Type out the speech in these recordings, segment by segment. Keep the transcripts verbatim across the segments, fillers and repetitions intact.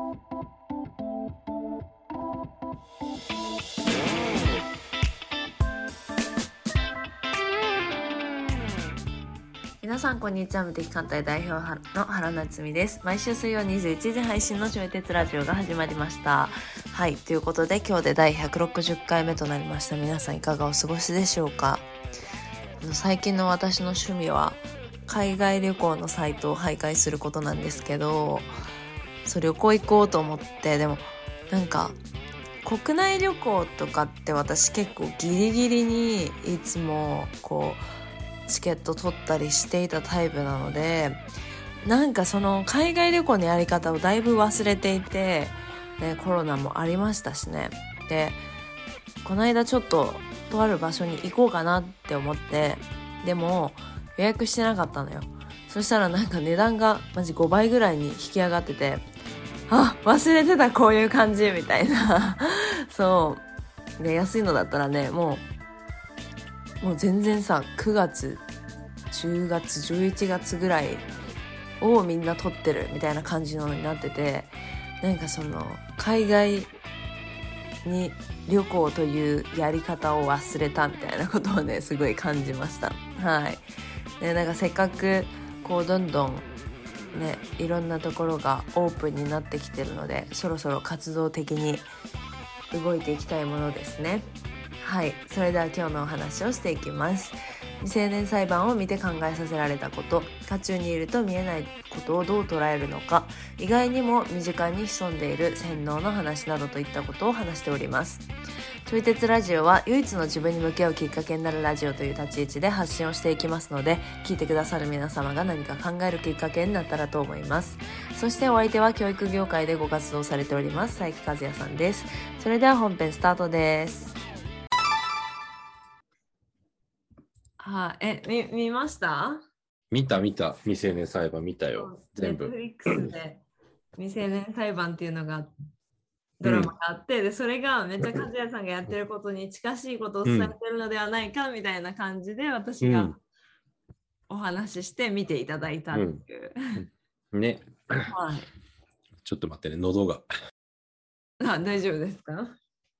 皆さんこんにちは。無敵艦隊代表の原夏実です。毎週水曜にじゅういちじ配信のちょい鉄ラジオが始まりました。はい、ということで今日で第ひゃくろくじゅっかいめとなりました。皆さんいかがお過ごしでしょうか。最近の私の趣味は海外旅行のサイトを徘徊することなんですけど、そう旅行行こうと思って、でもなんか国内旅行とかって私結構ギリギリにいつもこうチケット取ったりしていたタイプなので、なんかその海外旅行のやり方をだいぶ忘れていて、ね、コロナもありましたしね。でこの間ちょっととある場所に行こうかなって思って、でも予約してなかったのよ。そしたらなんか値段がマジごばいぐらいに引き上がってて、あ、忘れてた、こういう感じみたいなそうで、安いのだったらね、もうもう全然さ、くがつ、じゅうがつ、じゅういちがつぐらいをみんな撮ってるみたいな感じのになってて、なんかその海外に旅行というやり方を忘れたみたいなことをね、すごい感じました。はい。で、なんかせっかくこうどんどんね、いろんなところがオープンになってきてるので、そろそろ活動的に動いていきたいものですね。はい、それでは今日のお話をしていきます。未成年裁判を見て考えさせられたこと、渦中にいると見えないことをどう捉えるのか、意外にも身近に潜んでいる洗脳の話などといったことを話しております。ちょい鉄ラジオは唯一の自分に向き合うきっかけになるラジオという立ち位置で発信をしていきますので、聞いてくださる皆様が何か考えるきっかけになったらと思います。そしてお相手は教育業界でご活動されております佐伯和也さんです。それでは本編スタートです。はい、え、み、見ました？ 見た見た。未成年裁判見たよ。全部。 ネットフリックスで未成年裁判っていうのがドラマがあって、うん、でそれがめっちゃ和也さんがやってることに近しいことを伝えてるのではないかみたいな感じで私がお話しして見ていただいたっていう。 うん、ね。 はい。 ちょっと待ってね、喉が。 あ、大丈夫ですか？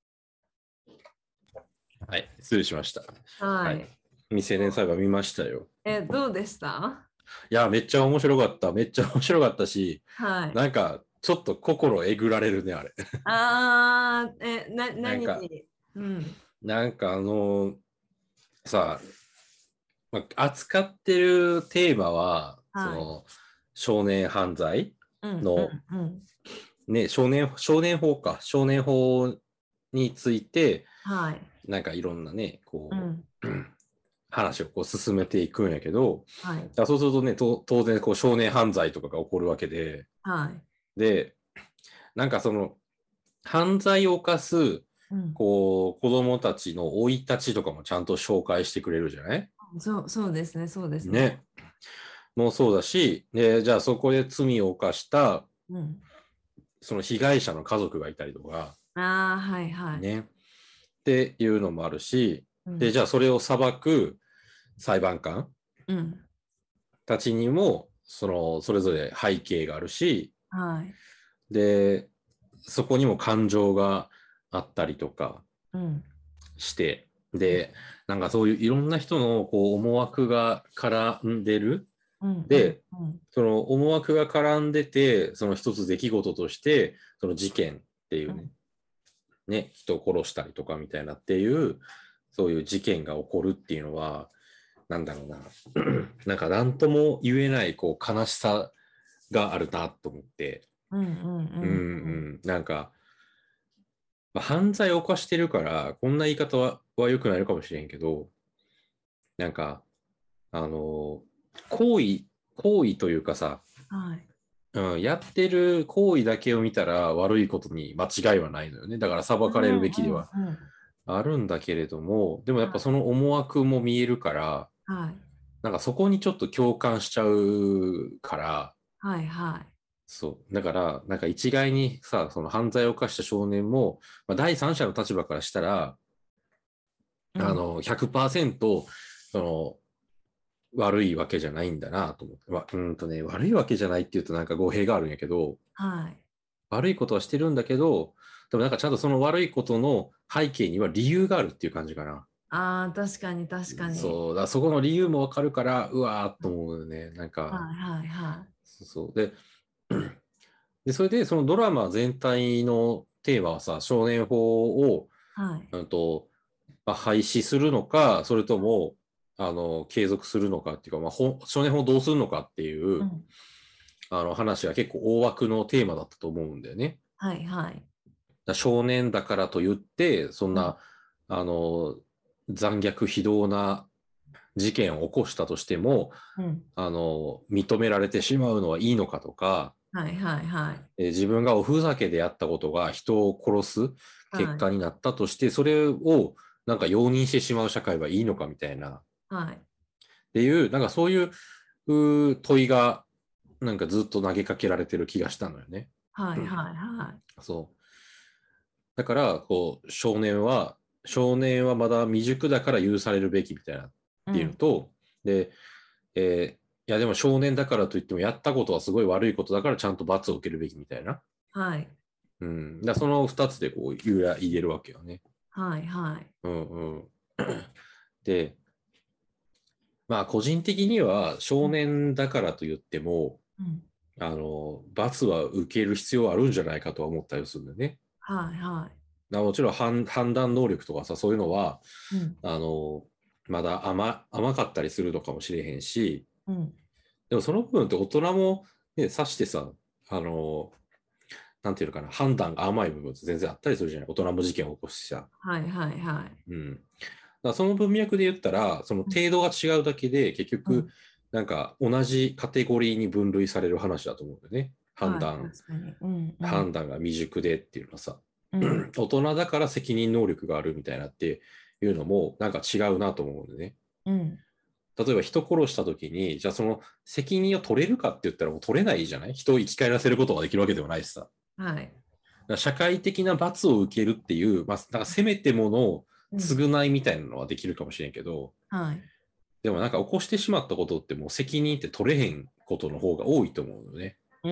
はい、失礼しました。 はい。はい、 未成年裁判見ましたよ。 え、どうでした？ いや、めっちゃ面白かった。めっちゃ面白かったし、はい、なんかちょっと心えぐられるね、あれ。 あー、え、な、何なんか、うん、なんかあのー、さ、まあ、扱ってるテーマは、はい、その少年犯罪の、うんうんうんね、少年、少年法か、少年法について、はい、なんかいろんなね、こう、うん、話をこう進めていくんやけど、はい、だそうするとね、と当然こう少年犯罪とかが起こるわけで、はい、で、なんかその犯罪を犯す、うん、こう子供たちの生い立ちとかもちゃんと紹介してくれるじゃない？ そう、そうですね、そうですね。 ね。もうそうだし、で、じゃあそこで罪を犯した、うん、その被害者の家族がいたりとか、 ああ、はいはい。 ね。っていうのもあるし、うん、で、じゃあそれを裁く裁判官、うん、たちにも、その、それぞれ背景があるし、はい。で、そこにも感情があったりとかして、うん、で、なんかそういういろんな人のこう思惑が絡んでる。うん、で、うんうん、その思惑が絡んでて、その一つ出来事として、その事件っていうね、うん、ね、人を殺したりとかみたいなっていう、そういう事件が起こるっていうのは、なんだろうな、なんか何とも言えないこう悲しさがあるなと思って、うんうんうん、うん、なんか、まあ、犯罪を犯してるからこんな言い方はは良くないのかもしれんけど、なんかあの行為行為というかさ、はい、うん、やってる行為だけを見たら悪いことに間違いはないのよね。だから裁かれるべきではあるんだけれども、でもやっぱその思惑も見えるから、はい、なんかそこにちょっと共感しちゃうから、はいはい。そう。だから、なんか一概にさ、その犯罪を犯した少年も、まあ、第三者の立場からしたら、うん、あの、ひゃくパーセント、その、悪いわけじゃないんだなと思って、まあ、うんとね、悪いわけじゃないっていうとなんか語弊があるんやけど、はい。 悪いことはしてるんだけど、でもなんかちゃんとその悪いことの背景には理由があるっていう感じかな。 ああ、確かに確かに。 そうだ、そこの理由もわかるから、うわーっと思うよね。なんか、 はいはいはい。 そうそう。で、で、それでそのドラマ全体のテーマはさ、少年法を、 はい。 うんと、まあ、廃止するのか、それとも、あの、継続するのかっていうか、まあ、少年法をどうするのかっていう、 うん。 あの話が結構大枠のテーマだったと思うんだよね。 はいはい。 だ少年だからと言って、そんうん。 な、あの、残虐非道な事件を起こしたとしても、 うん。 あの、認められてしまうのはいいのかとか、 はいはいはい。 え自分がおふざけでやったことが人を殺す結はい。 果になったとして、それをなんか容認してしまう社会はいいのかみたいな、っはい。 ていう、なんかそういうう問いがなんかずっと投げかけられてる気がしたのよね。 はいはいはい。 そう。だから、こう、少年は、少年はまだ未熟だから許されるべきみたいなっていうのうん。 と、で、えーいやでも少年だからといってもやったことはすごい悪いことだからちゃんと罰を受けるべきみたいな。 はい。 うん。だその二つでこう言えるわけよね。 はいはい。 うんうん。で、まあ個人的には少年だからと言っても、 うん。 あの、罰は受ける必要はあるんじゃないかとは思ったりするんだよね。 はいはもちろん判判断能力とかさ、そういうのは、 い。うん。 あの、まだ甘甘かったりするのかもしれへんし、 うん。 でもその部分って大人も、ね、指してさ、あの、なんていうのかな、判断が甘い部分って全然あったりするじゃない。大人も事件を起こしちゃはいはいはい。 う。うん。だからその文脈で言ったら、そのうん。 程度が違うだけで、結局、 うん。 なんか同じカテゴリーに分類される話だと思うんだよね。判はい。 断、 確かに。うんうん。 判断が未熟でっていうのはさ、 うん。 大人だから責任能力があるみたいなっていうのも、なんか違うなと思うんでね。 うん。 例えば人殺した時に、じゃあその責任を取れるかって言ったらもう取れないじゃない。人を生き返らせることができるわけではないしさ。 はい。 社会的な罰を受けるっていう、まあ、なんかせめてものをうん。 償いみたいなのはできるかもしれんけど、 はい。 でもなんか起こしてしまったことってもう責任って取れへんことの方が多いと思うのね。 うんうん。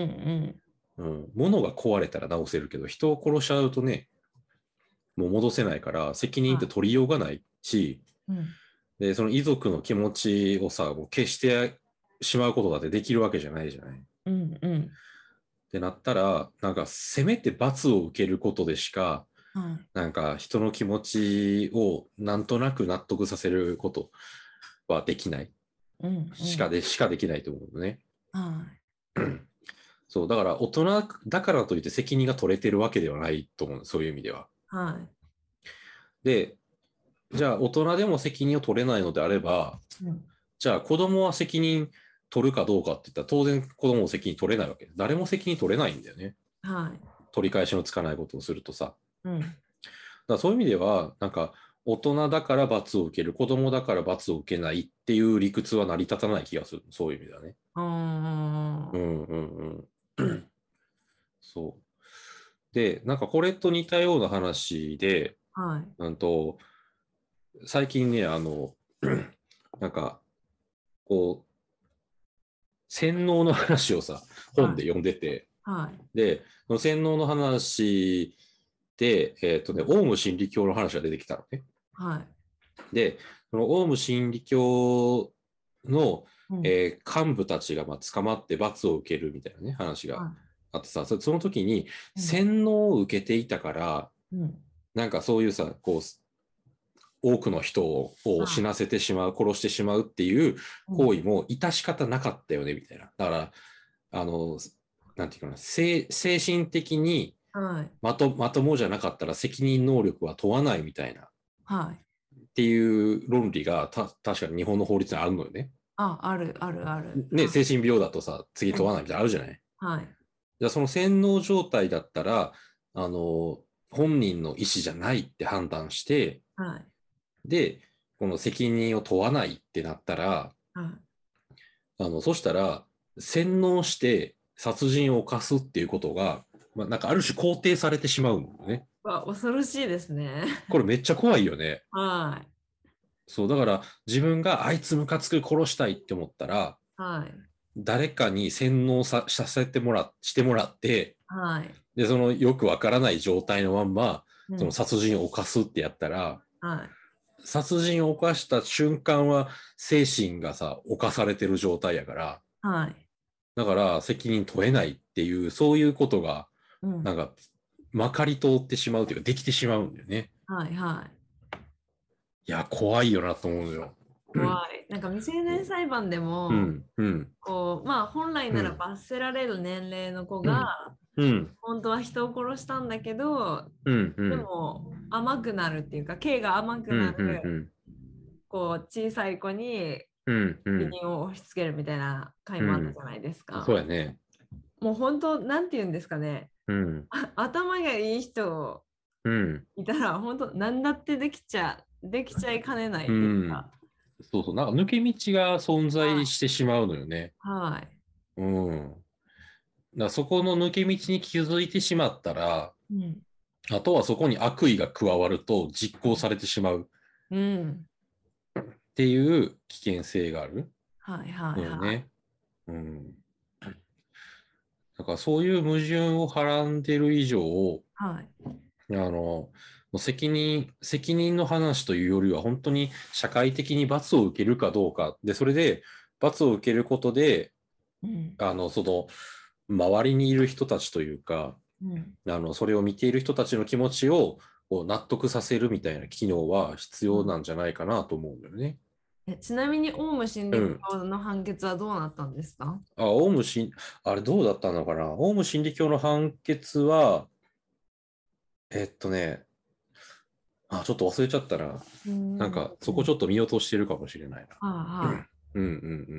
うん。物が壊れたら直せるけど、人を殺しちゃうとね、もう戻せないから責任っては取りようがないし、 い。うん。 で、その遺族の気持ちをさ、もう消してしまうことだってできるわけじゃないじゃない。っうんうん。 てなったら、なんかせめて罰を受けることでしか、 はい。 なんか人の気持ちをなんとなく納得させることはできない。 うんうん。 しかで、しかできないと思うのね。 はい。 そう、だから大人だからといって責任が取れてるわけではないと思う。そういう意味では。 はい。 で、じゃあ大人でも責任を取れないのであれば、 うん。 じゃあ子供は責任取るかどうかって言ったら当然子供も責任取れないわけ。誰も責任取れないんだよね。 はい。 取り返しのつかないことをするとさ。 うん。 だからそういう意味では、なんか、大人だから罰を受ける、子供だから罰を受けないっていう理屈は成り立たない気がする。そういう意味ではね。 うーん。 うんうんうん。そう。で、なんかこれと似たような話で、 はい。 なんと、最近ね、あの、なんか、こう、洗脳の話をさ、本はい。 で読んでて、 はい。 で、その洗脳の話で、えっ、とね、オウム真理教の話が出てきたのね。 はい。 で、そのオウム真理教の、 うん。 えー幹部たちがまあ捕まって罰を受けるみたいなね、話がはあってさ、そその時にい。うん。 洗脳を受けていたから、 うん。 なんかそういうさ、こう、多くの人を死はなせてしまう、殺してしまうっていうい。うん。 行為も致し方なかったよね、みたいな。だから、あの、なんていうかな、精精神的にはい。 まとまともじゃなかったら責任能力は問わないみたいな。 はい。 っていう論理がた確かに日本の法律にあるのよね。 あ、ある、ある、ある。 ね、精神病だとさ、次うん。 問わないみたいなのあるじゃない。 はい。 じゃあその洗脳状態だったら、あの、本人の意思じゃないって判断して、 はい。 で、この責任を問わないってなったら、 はい。 あの、そしたら、洗脳して殺人を犯すっていうことが、まあ、なんかある種肯定されてしまうのね。 わ、恐ろしいですね。 これめっちゃ怖いよね。 はい。 そう、だから自分があいつムカつく殺したいって思ったら、 はい。 誰かに洗脳ささせてもらしてもらって、 はい、 で、そのよくわからない状態のまんま、うん、その殺人を犯すってやったら、はい、殺人を犯した瞬間は精神がさ、犯されてる状態やから、はい、だから責任問えないっていう、そういうことが、なんか、まかり通ってしまうというか、できてしまうんだよね。 はいはい。 いや、怖いよなと思うのよ。 怖い。なんか未成年裁判でも、うんうん、こうまあ本来なら罰せられる年齢の子が、うん、本当は人を殺したんだけど、うんうん、でも甘くなるっていうか、刑が甘くなる、うんうんうん、こう小さい子に責任を押し付けるみたいな回もあったじゃないですか。 うんうん、そうやね。 もう本当なんて言うんですかね。うん、頭がいい人いたら、うん、本当何だってできちゃできちゃいかねないっていうか。 うんそうそう、なんか抜け道が存在してしまうのよね。 はい。 うん。だからそこの抜け道に気づいてしまったら、うん、あとはそこに悪意が加わると実行されてしまう。うん。っていう危険性がある。 はいはいはい。 ね。うん。だからそういう矛盾をはらんでる以上、はい。あの、責任、責任の話というよりは、本当に社会的に罰を受けるかどうか。で、それで罰を受けることで、うん、あの、その、周りにいる人たちというか、うん、あの、それを見ている人たちの気持ちをこう納得させるみたいな機能は必要なんじゃないかなと思うんだよね。 えちなみに、オウム真理教の判決はどうなったんですか？うん、 あ、オウム真、あれどうだったのかな。オウム真理教の判決は、えっとね、あ、ちょっと忘れちゃったな。なんか、そこちょっと見落としてるかもしれないな。うんうんうん。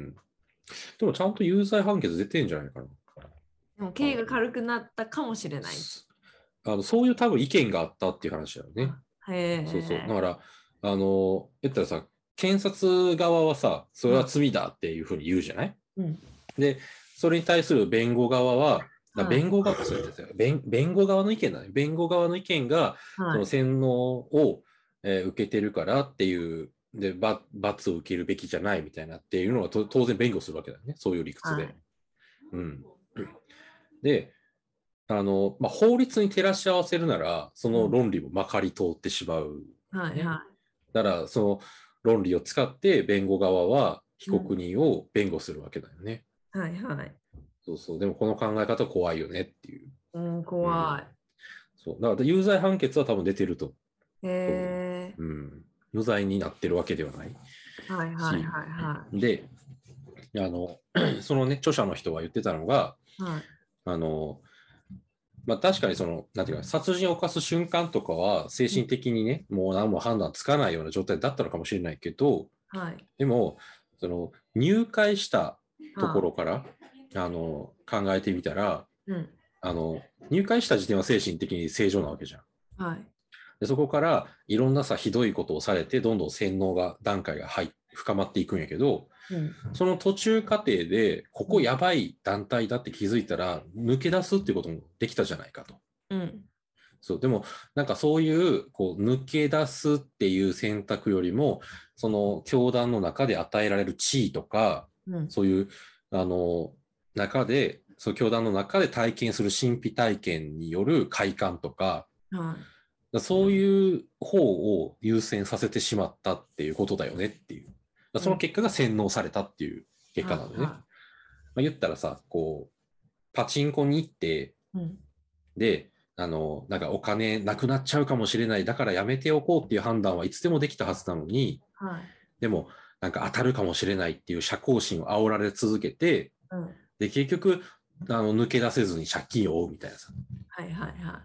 でも、ちゃんと有罪判決出てんじゃないかな。 でも、刑が軽くなったかもしれない。 あのそういう多分意見があったっていう話だよね。へそうそう。だから、あの、言ったらさ、検察側はさ、それは罪だっていうふうに言うじゃない、うん、で、それに対する弁護側は、弁護側、弁弁護側の意見だね。弁護側の意見が、はい、その洗脳を、えー、受けてるからっていう、で、罰を受けるべきじゃないみたいなっていうのは当然弁護するわけだよね。そういう理屈で。はい、うん。で、あの、まあ、法律に照らし合わせるなら、その論理もまかり通ってしまう、ね。はいはい。だから、その論理を使って弁護側は被告人を弁護するわけだよね。 うん、はいはい。 そうそう。でもこの考え方怖いよねっていう。 うん、怖い。うん、 そう。だから有罪判決は多分出てると。へえ。うん。無罪になってるわけではない。 はいはいはいはい。 で、あの、そのね、著者の人が言ってたのが、はい、あの、まあ確かにその、なんていうか、殺人を犯す瞬間とかは精神的にね、うん、もう何も判断つかないような状態だったのかもしれないけど、はい、でも、その入会したところから、はあ、あの考えてみたら、うん、あの入会した時点は精神的に正常なわけじゃん。はい、でそこからいろんなさひどいことをされてどんどん洗脳が段階が入深まっていくんやけど、うん、その途中過程でここやばい団体だって気づいたら抜け出すっていうこともできたじゃないかと。うん、そうでもなんかそういうこう抜け出すっていう選択よりもその教団の中で与えられる地位とか、うん、そういうあの中でそう教団の中で体験する神秘体験による快感とか、うん、そういう方を優先させてしまったっていうことだよねっていう。その結果が洗脳されたっていう結果なんでね。うん、まあ、言ったらさ、こう、パチンコに行って、うん、で、あの、なんかお金なくなっちゃうかもしれない、だからやめておこうっていう判断はいつでもできたはずなのに、はい、でも、なんか当たるかもしれないっていう社交心を煽られ続けて、うん、で、結局、あの、抜け出せずに借金を負うみたいなさ。はいはいはい。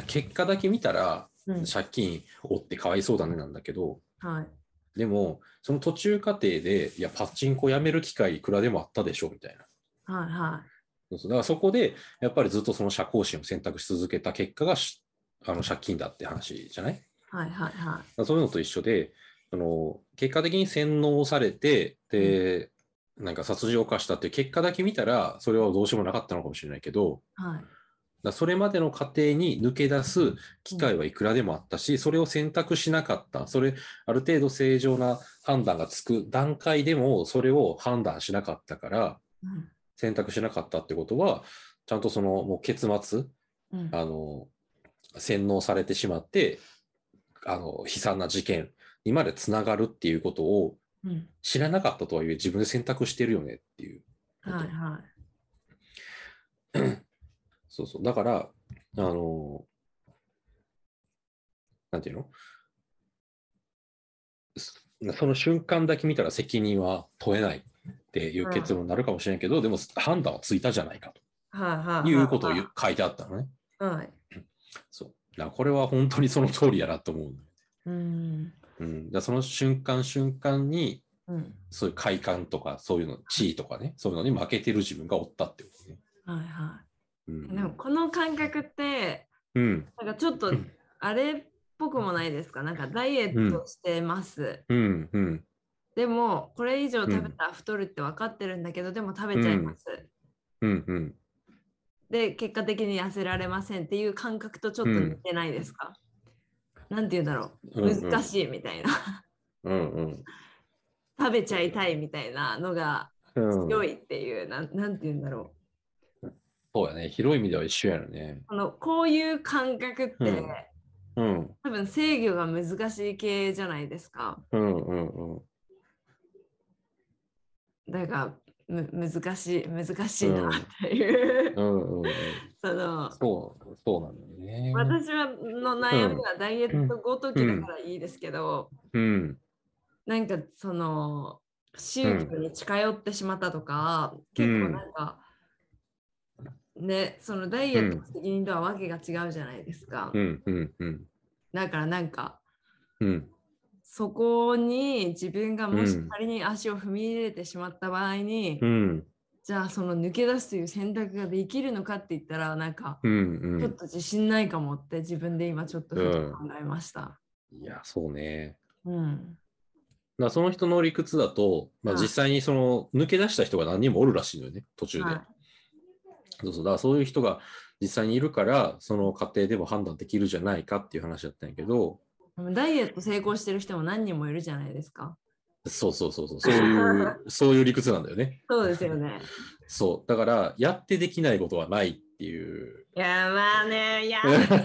結果だけ見たら、うん、借金負ってかわいそうだねなんだけど、はい。でも、その途中過程で、いや、パチンコやめる機会いくらでもあったでしょ、みたいな。はいはい。そうそうだからそこで、やっぱりずっとその社交心を選択し続けた結果が、あの借金だって話じゃない？はいはいはい。そういうのと一緒で、その結果的に洗脳されて、で、うん、なんか殺人を犯したっていう結果だけ見たら、それはどうしようもなかったのかもしれないけど、はい。だそれまでの過程に抜け出す機会はいくらでもあったし、うん、それを選択しなかった、それ、ある程度正常な判断がつく段階でも、それを判断しなかったから、うん、選択しなかったってことは、 ちゃんとそのもう結末、うん、あの洗脳されてしまってあの悲惨な事件にまでつながるっていうことを知らなかったとはいえ自分で選択してるよねっていうこと。はいはい。そうそう。だから、あの、なんていうの？その瞬間だけ見たら責任は問えないっていう結論になるかもしれないけど、はい、でも判断はついたじゃないかということを書いてあったのね。はい。そう。だからこれは本当にその通りやなと思う。うん。うん、だその瞬間瞬間に、うん、そういう快感とかそういうの地位とかね、そういうのに負けてる自分がおったってことね。はいはい。うん、でもこの感覚って、うん、なんかちょっとあれっぽくもないですか？なんかダイエットしてます。うんうん、でもこれ以上食べたら太るって分かってるんだけど、うん、でも食べちゃいます。うんうん、で結果的に痩せられませんっていう感覚とちょっと似てないですか？うん、なんて言うんだろう、うんうん、難しいみたいな。うんうん、食べちゃいたいみたいなのが強いっていう、うん、なん、なんて言うんだろう。そうやね、広い意味では一緒やろね。 あのこういう感覚って、うんうん、多分制御が難しい系じゃないですか。うんうんうん、だからむ難しい難しいなっていう、うんうんうんうん、そのそうそうなんだよね。 私はの悩みはダイエットごときだからいいですけど、うんうん、なんかその宗教に近寄ってしまったとか、うん、結構なんか、ね、そのダイエットの責任とはわけが違うじゃないですか。うんうんうん、だからなんか、うん、そこに自分がもし仮に足を踏み入れてしまった場合に、うん、じゃあその抜け出すという選択ができるのかって言ったらなんか、うんうん、ちょっと自信ないかもって自分で今ちょっとふと考えました。 うん、いやそうね。うんだその人の理屈だと、まあ、実際にその抜け出した人が何人もおるらしいのよね、途中で。はい、そうそうだからそういう人が実際にいるから、その過程でも判断できるじゃないかっていう話だったんやけど。 ダイエット成功してる人も何人もいるじゃないですか。 そうそうそうそう、そういう、そういう理屈なんだよね。 そうですよね。 そう、だから、やってできないことはないっていう。 いや、まあね、いや、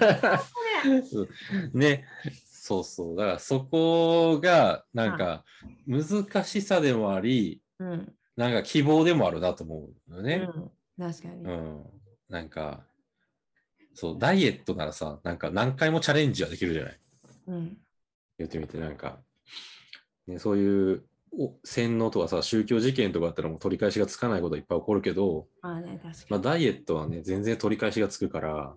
ね。そうそう。だからそこがなんか難しさでもあり、うん、なんか希望でもあるなと思うのね。 うん、確かに。 うん。なんか、そう、ダイエットならさ、なんか何回もチャレンジはできるじゃない。うん。言ってみて、なんか、ね、そういう洗脳とかさ、宗教事件とかあったらもう取り返しがつかないこといっぱい起こるけど、 あね、確かに。 まあ、ダイエットはね、全然取り返しがつくから、はい。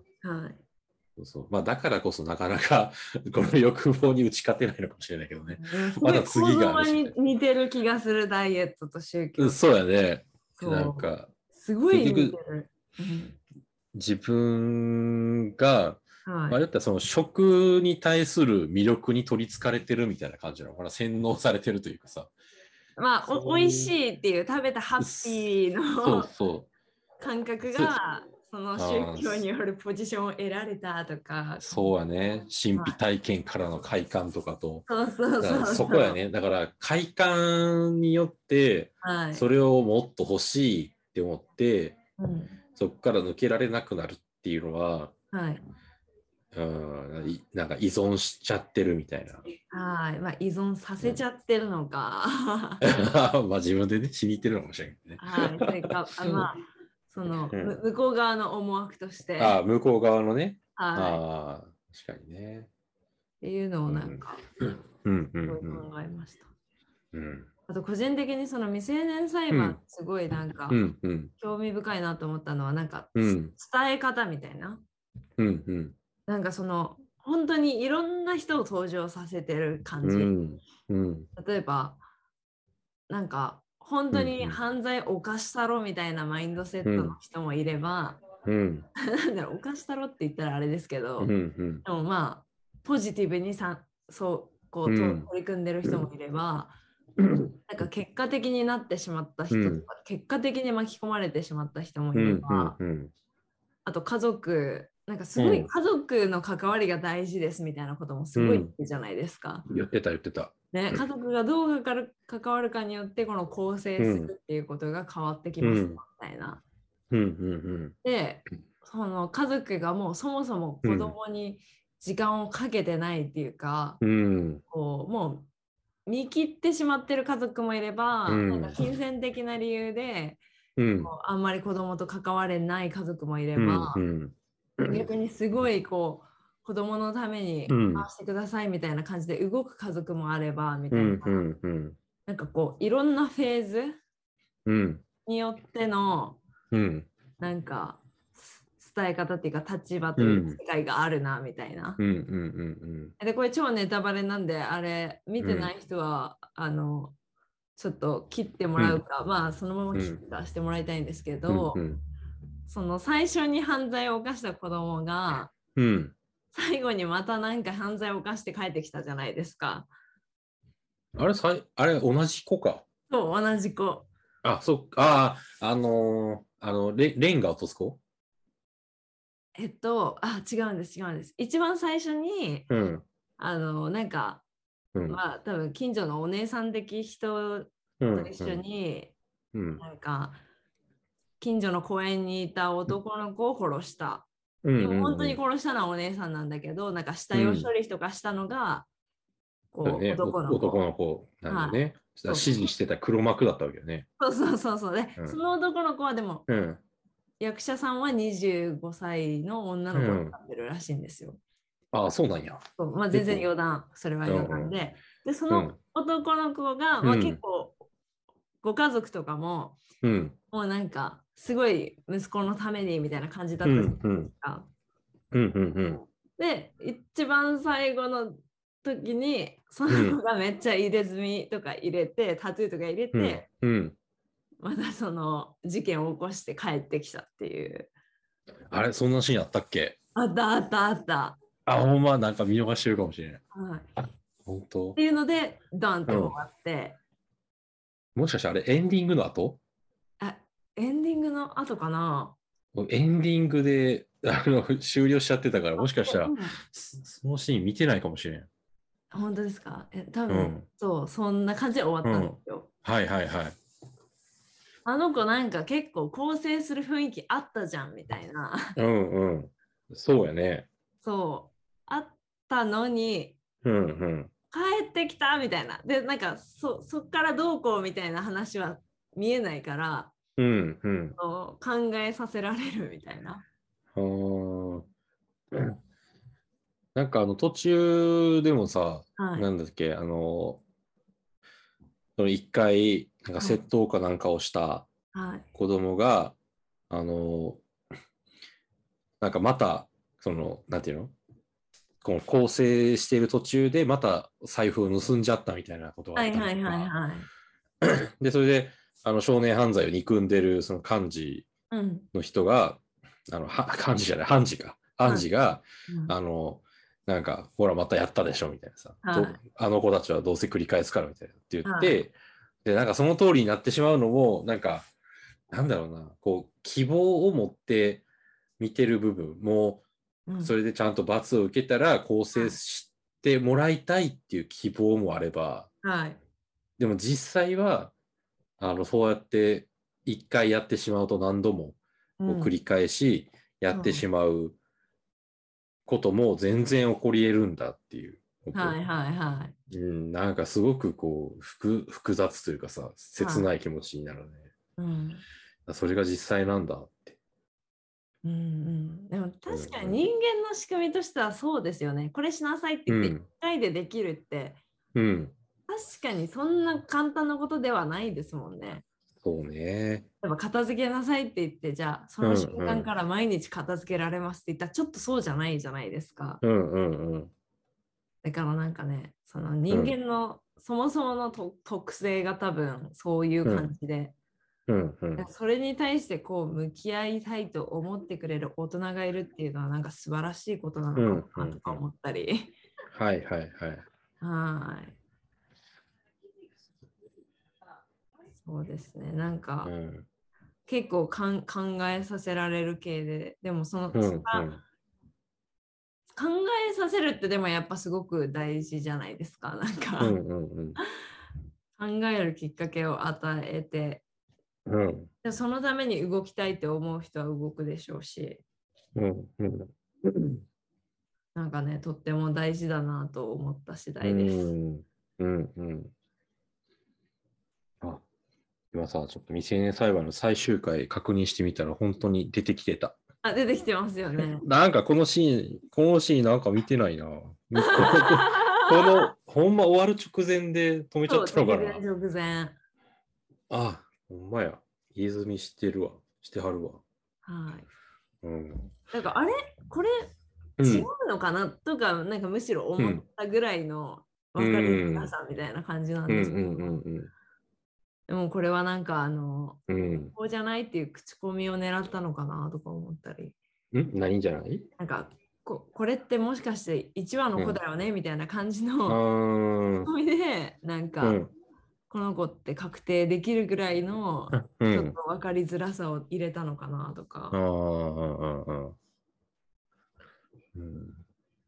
そうそうまあ、だからこそなかなかこの欲望に打ち勝てないのかもしれないけどね。 まだ次があるし、ね。似てる気がするダイエットと宗教。 そうやね。なんかすごい似てる。 うん、自分が、はい、まあ、言ったらその食に対する魅力に取りつかれてるみたいな感じなのかな、洗脳されてるというかさ。 まあ、おいしいっていう食べたハッピーのそうそう感覚がその宗教によるポジションを得られたとか。 そうやね。神秘体験からの快感とかと。そうそうそうそう。そこやね。だから快感によってそれをもっと欲しいって思って、はい、うん、そこから抜けられなくなるっていうのは、はい、うん、なんか依存しちゃってるみたいな。 はい、まあ、依存させちゃってるのか。 うん、まあ自分でね、死に入ってるかもしれないね。 はい、それか、あまあ、その、うん、向こう側の思惑として。 ああ、向こう側のね。はい、ああ、確かにね。 っていうのをなんか、うん、うん、うん、考えました。うん。あと個人的にその未成年裁判すごいなんか興味深いなと思ったのはなんか伝え方みたいな、うんうん、なんかその本当にいろんな人を登場させてる感じ、うんうん、例えばなんか本当に犯罪を犯したろみたいなマインドセットの人もいれば、うん、なんだろう犯したろって言ったらあれですけど、うんうん、でもまあポジティブにさそうこう、うん、取り組んでる人もいれば、なんか結果的になってしまった人とか、うん、結果的に巻き込まれてしまった人もいれば、うんうんうん、あと家族なんかすごい家族の関わりが大事ですみたいなこともすごい言ってじゃないですか、 うん、言ってた言ってた、 ね、家族がどう関わるかによってこの構成するっていうことが変わってきますみたいな、 うんうんうん、 で、その家族がもうそもそも子供に時間をかけてないっていうか、 うん、 こうもう見切ってしまってる家族もいれば、なんかうん、 金銭的な理由でうん、 こうあんまり子供と関われない家族もいれば、 うん、うん、 逆にすごいこう子供のためにうん、 ああしてくださいみたいな感じで動く家族もあればみたいな、 うん、うん、うん、 なんかこういろんなフェーズうん、 によってのうん、 なんか伝え方っていうか立場というかうん、 世界があるなみたいな。 うん、うん、 で、これ超ネタバレなんで、あれ見うん、 てない人は、あの、ちょっと切ってもうん、 らうか、まあそのままうん、 切ったしてもらいたいんですけうん、 ど、 うん、 その最初に犯罪を犯した子供が、 うん。 最後にまたなんか犯罪を犯して帰ってきたじゃないですか。 あれ、さい、あれ、同じ子か。 そう、同じ子。 あ、そっか、ああ、あのーあの、レ、レンが落とす子。 えっと、あ、違うんです、違うんです。一番最初に、 うん、 あの、なんか、 うん、 まあ、多分近所のお姉さん的人うん、うと一緒ん、 に、 うん、 なんか、近所の公園にいた男の子を殺した。 うん、 でも本当にうん、 殺したのはお姉さんなんだけど、なんか死うん。 体を処理とかしたのが、こう、 そうね、お男の子。 男の子なんだよはい。 ね。指そう示してた黒幕だったわけよね。 そうそうそうそう。で、 うん、 その男の子はでも、 うん、 役者さんはにじゅうごさいの女の子をうん。 使ってるらしいんですよ。 ああ、そうなんや。 そうまあ、全然結構、 余談、それは余うん、うん、 談で。で、そのうん、 男の子が、まあ、結うん、 構、ご家族とかも、 うん、 もうなんか、すごい息子のためにみたいな感じだったじゃうん、うん、 ないですか。 うん、うん、 で、一番最後の時に、その子うん、 がめっちゃ入れ墨とか入れて、タトゥーとか入れうん、 て、 うん。 またその事件を起こして帰ってきたっていう。 あれ、そんなシーンあったっけ？ あったあったあった。 あ、ほんま、なんか見逃してるかもしれない。 はい、っ本当？ ていうので、ドンって終うん。 わって、 もしかしてあれ、エンディングの後？ あ、エンディングの後かな。 エンディングで、あの、終了しちゃってたから、もしかしたら、 えうん、 そそのシーン見てないかもしれん。 本当ですか？え、多分、 うん。 そう、そんな感じで終わったんでうん。 すよ。 はいはいはい。 あの子なんか結構構成する雰囲気あったじゃんみたいな。 うんうん。そうやね。 そう、あったのに、 うんうん。 帰ってきたみたいな。で、なんかそ、そっからどうこうみたいな話は見えないから、 うんうん。 考えさせられるみたいな。 あー、なんかあの途中でもさ、 はい。 なんだっけ、あの、その一回、なんか窃はい。 盗かなんかをしたはい。 子供が、あの、なんかまた、その、なんていうの、この構成している途中でまた財布を盗んじゃったみたいなことがあったりはいはいはいとか、 はい。 で、それで、あの少年犯罪を憎んでるその幹事うん。 の人が、あの、は幹事じゃない、判事か。判はい。 事が、 うん。 あの、なんか、ほら、またやったでしょ、みたいなさ。と、 はい。 あの子たちはどうせ繰り返すから、みたいなって言っはい。 て、で、なんかその通りになってしまうのも、なんか、なんだろうな、こう、希望を持って見てる部分も、 うん。 それでちゃんと罰を受けたら更生はしてもらいたいっていう希望もあれば、 い。はい。 でも実際は、あの、そうやって一回やってしまうと何度もこう繰うん。 り返しやってしうん。 まうことも全然起こり得るんだっていうこと。 はいはいはい。 うん、なんかすごくこう複、複雑というかさ、切はい。 ない気持ちになるね。 うん。 それが実際なんだって。 うんうん。でもうん確かに人間の仕組みとしてはそうですよね。これしなさいって言って一うん。 回でできるってうん。 確かにそんな簡単なことではないですもんね。 そうね。 例えば片付けなさいって言って、じゃあそうのんうん。 瞬間から毎日片付けられますって言ったらちょっとそうじゃないじゃないですか。 うんうんうん。 だからなんかね、その人間うんのそもそものと特性が多分そういううん感じで、 うんうん。 それに対してこう向き合いたいと思ってくれる大人がいるっていうのはなんか素晴らしいことなのかうんうなとんうん。 か思ったり。 はいはいはい。 はい。そうですね。なんかうん。 結構かん考えさせられる系で、でもその、 うそんなんうん。 考えさせるってでもやっぱすごく大事じゃないですか。なんかうんうんうん。 考えるきっかけを与えてうん、 でそのために動きたいって思う人は動くでしょうし、 うんうん、 なんかね、とっても大事だなと思った次う第です。 ん、うん、うん。あ、今さ、ちょっと未成年裁判の最終回確認してみたら本当に出てきてた。 あ、出てきてますよね。 なんかこのシーン、このシーンなんか見てないな。みこの、この、ほんま終わる直前で止めちゃそう、直ったのかな。 前直前。 あ、ほんまや。泉してるわ。してはるわ。 はい。 うん。 なんか、あれこれ違うん。 うのかなとか、なんかむしろ思っうん。 たぐらいのう分かりづらん。 さみたいな感じなうん。 んですけうん。 ど、 うん。 でもこれはなんか、あの、 うん。 こうじゃないっていう口コミを狙ったのかなとか思ったり、 うん。何じゃない？ なんか、ここれってもしかしていちわのうん。 子だよねみたいな感じあのー。 コミで、なんか、 うん。 この子って確定できるぐらいのちょっとうん。 分かりづらさを入れたのかなとあー。 か。 あー。あー。うん。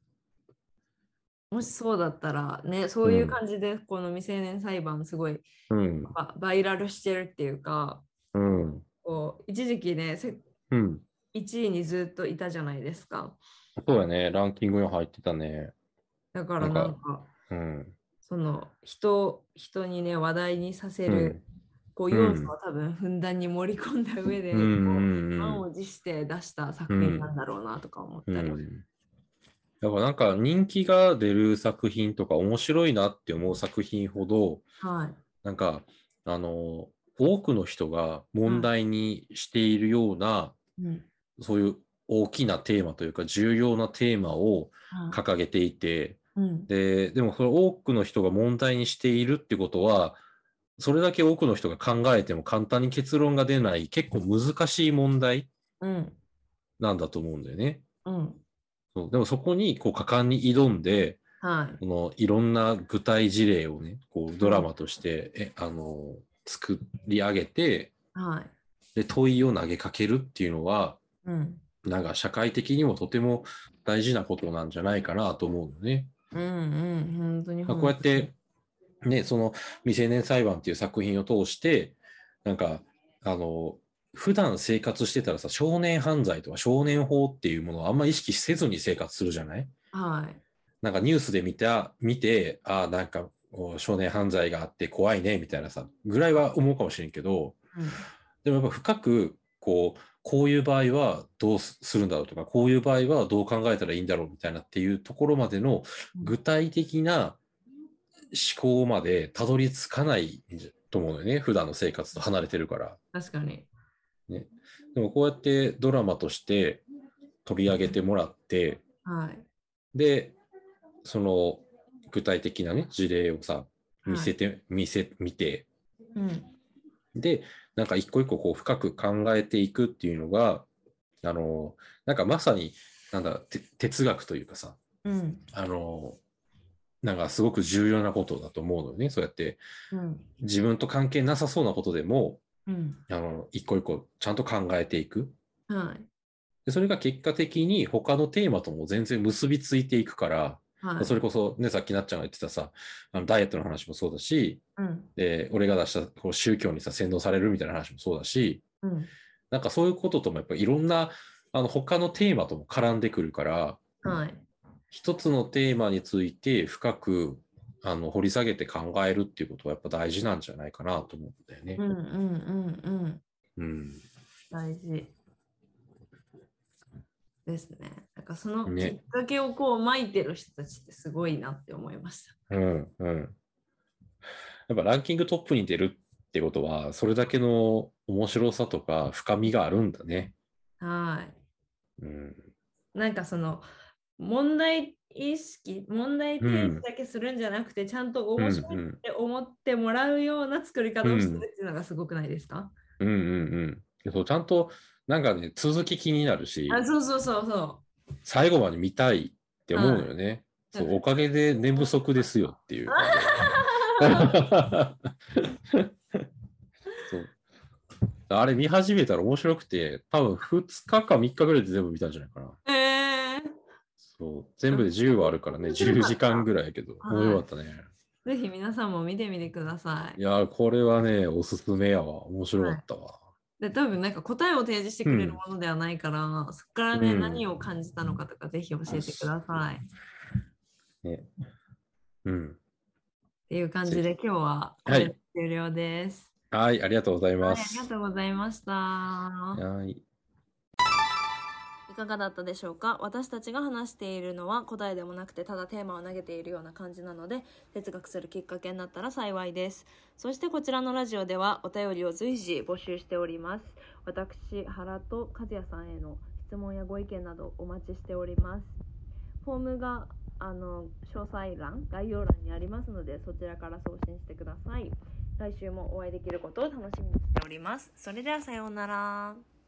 もしそうだったらね、そういううん。 感じでこの未成年裁判すごいうん。 ババイラルしてるっていうか、 うん。 こう一時期ね、せうん。 いちいにずっといたじゃないですか。 そうやね。ランキングに入ってたね。 だからなんか、 なんか、 うん。 その人、人にね、話題にさせるうん。 こううん。 要素を多分ふんだんに盛り込んだ上うで、こう満ん。 を持して出したうん。 作品なんだろうなとか思っうたり。 ん。だからなんか人気が出る作品とか面白いなって思う作品ほど、 はい。 なんか、あの、多くの人が問は題にしているような、 い。うん。 そういう大きなテーマというか重要なテーマをは掲げていて、 い。うん。 で、でもそれ多くの人が問題にしているってことは、それだけ多くの人が考えても簡単に結論が出ない結構難しい問題うん。 なんだと思うんだよね。 うん。 そうでもそこにこう果敢に挑んで、 はい。 このいろんな具体事例をね、こううん。 ドラマとしてえあの作り上げて、 はい。 で問いを投げかけるっていうのは、 うん。 なんか社会的にもとても大事なことなんじゃないかなと思うのね。 うん。うん。本当にまあ、こう本当に。 やって、ね、その未成年裁判っていう作品を通して、なんか、あの、普段生活してたらさ、少年犯罪とか少年法っていうものをあんまり意識せずに生活するじゃない？ はい。 なんかニュースで見た、見て、ああ、なんか少年犯罪があって怖いね、みたいなさ、ぐらいは思うかもしれんけど、 うん。 でもやっぱ深く、こう、こういう場合はどうするんだろうとか、こういう場合はどう考えたらいいんだろうみたいなっていうところまでの具体的な思考までたどり着かないと思うのよね。普段の生活と離れてるから。 確かに。 ね。でもこうやってドラマとして取り上げてもらって、 はい。 で、その具体的なね、事例をさ、見はい。 せて、見せ、見て、 うん。 で、なんか一個一個こう深く考えていくっていうのが、あの、なんかまさに、なんだ、哲学というかさ、 うん。 あの、なんかすごく重要なことだと思うのよね。そうやってうん。 自分と関係なさそうなことでも、 うん。 あの、一個一個ちゃんと考えていく。 はい。 でそれが結果的に他のテーマとも全然結びついていくから、 はい。 それこそね、さっきなっちゃんが言ってたさ、あのダイエットの話もそうだし、 うん。 で、俺が出したこう宗教にさ、洗脳されるみたいな話もそうだし、 うん。 なんかそういうことともやっぱいろんな、あの、他のテーマとも絡んでくるから、 はい。 一つのテーマについて深く、あの、掘り下げて考えるっていうことはやっぱ大事なんじゃないかなと思うんだよね。 うん。うん。うん。うん。 うん。 大事ですね。なんかそのきっね。 かけをこう巻いてる人たちってすごいなって思いました。 うん、うん。やっぱランキングトップに出るってことは、それだけの面白さとか深みがあるんだね。 はい。 うん。 なんかその問題意識、問題提起うん。 だけするんじゃなくて、ちゃんとうん。 面白いって思ってもらうような作りうん。 方をしてうん。 るっていうのがすごくないですか？ うん。うんうん。そう、ちゃんと、なんかね、続き気になるあ、 し、 そうそうそうそ最後まで見たいってう。 思うのはい。 よね。そう、 なんかおかげで寝不足ですよっていう。そう。あれ見始めたら面白くて、多分ふつかかみっかぐらいで全部見たんじゃないかな。 えー、 そう。全部でじゅうわあるからね、10時間ぐらいやけど、面白かはったね。 い。 ぜひ皆さんも見てみてください。 いや、これはね、おすすめやわ。面白かったわ。はい、 で、多分なんか答えを提示してくれるものではないから、うん、そこからね、うん、何を感じたのかとか、ぜひ教えてください。 ね、うん。 っていう感じで、今日はこれで終了です。 はい、はい、ありがとうございます。 はい、ありがとうございました。 はい。 いかがだったでしょうか。私たちが話しているのは答えでもなくて、ただテーマを投げているような感じなので、哲学するきっかけになったら幸いです。そしてこちらのラジオではお便りを随時募集しております。私、原と和也さんへの質問やご意見などお待ちしております。フォームがあの詳細欄、概要欄にありますので、そちらから送信してください。来週もお会いできることを楽しみにしております。それではさようなら。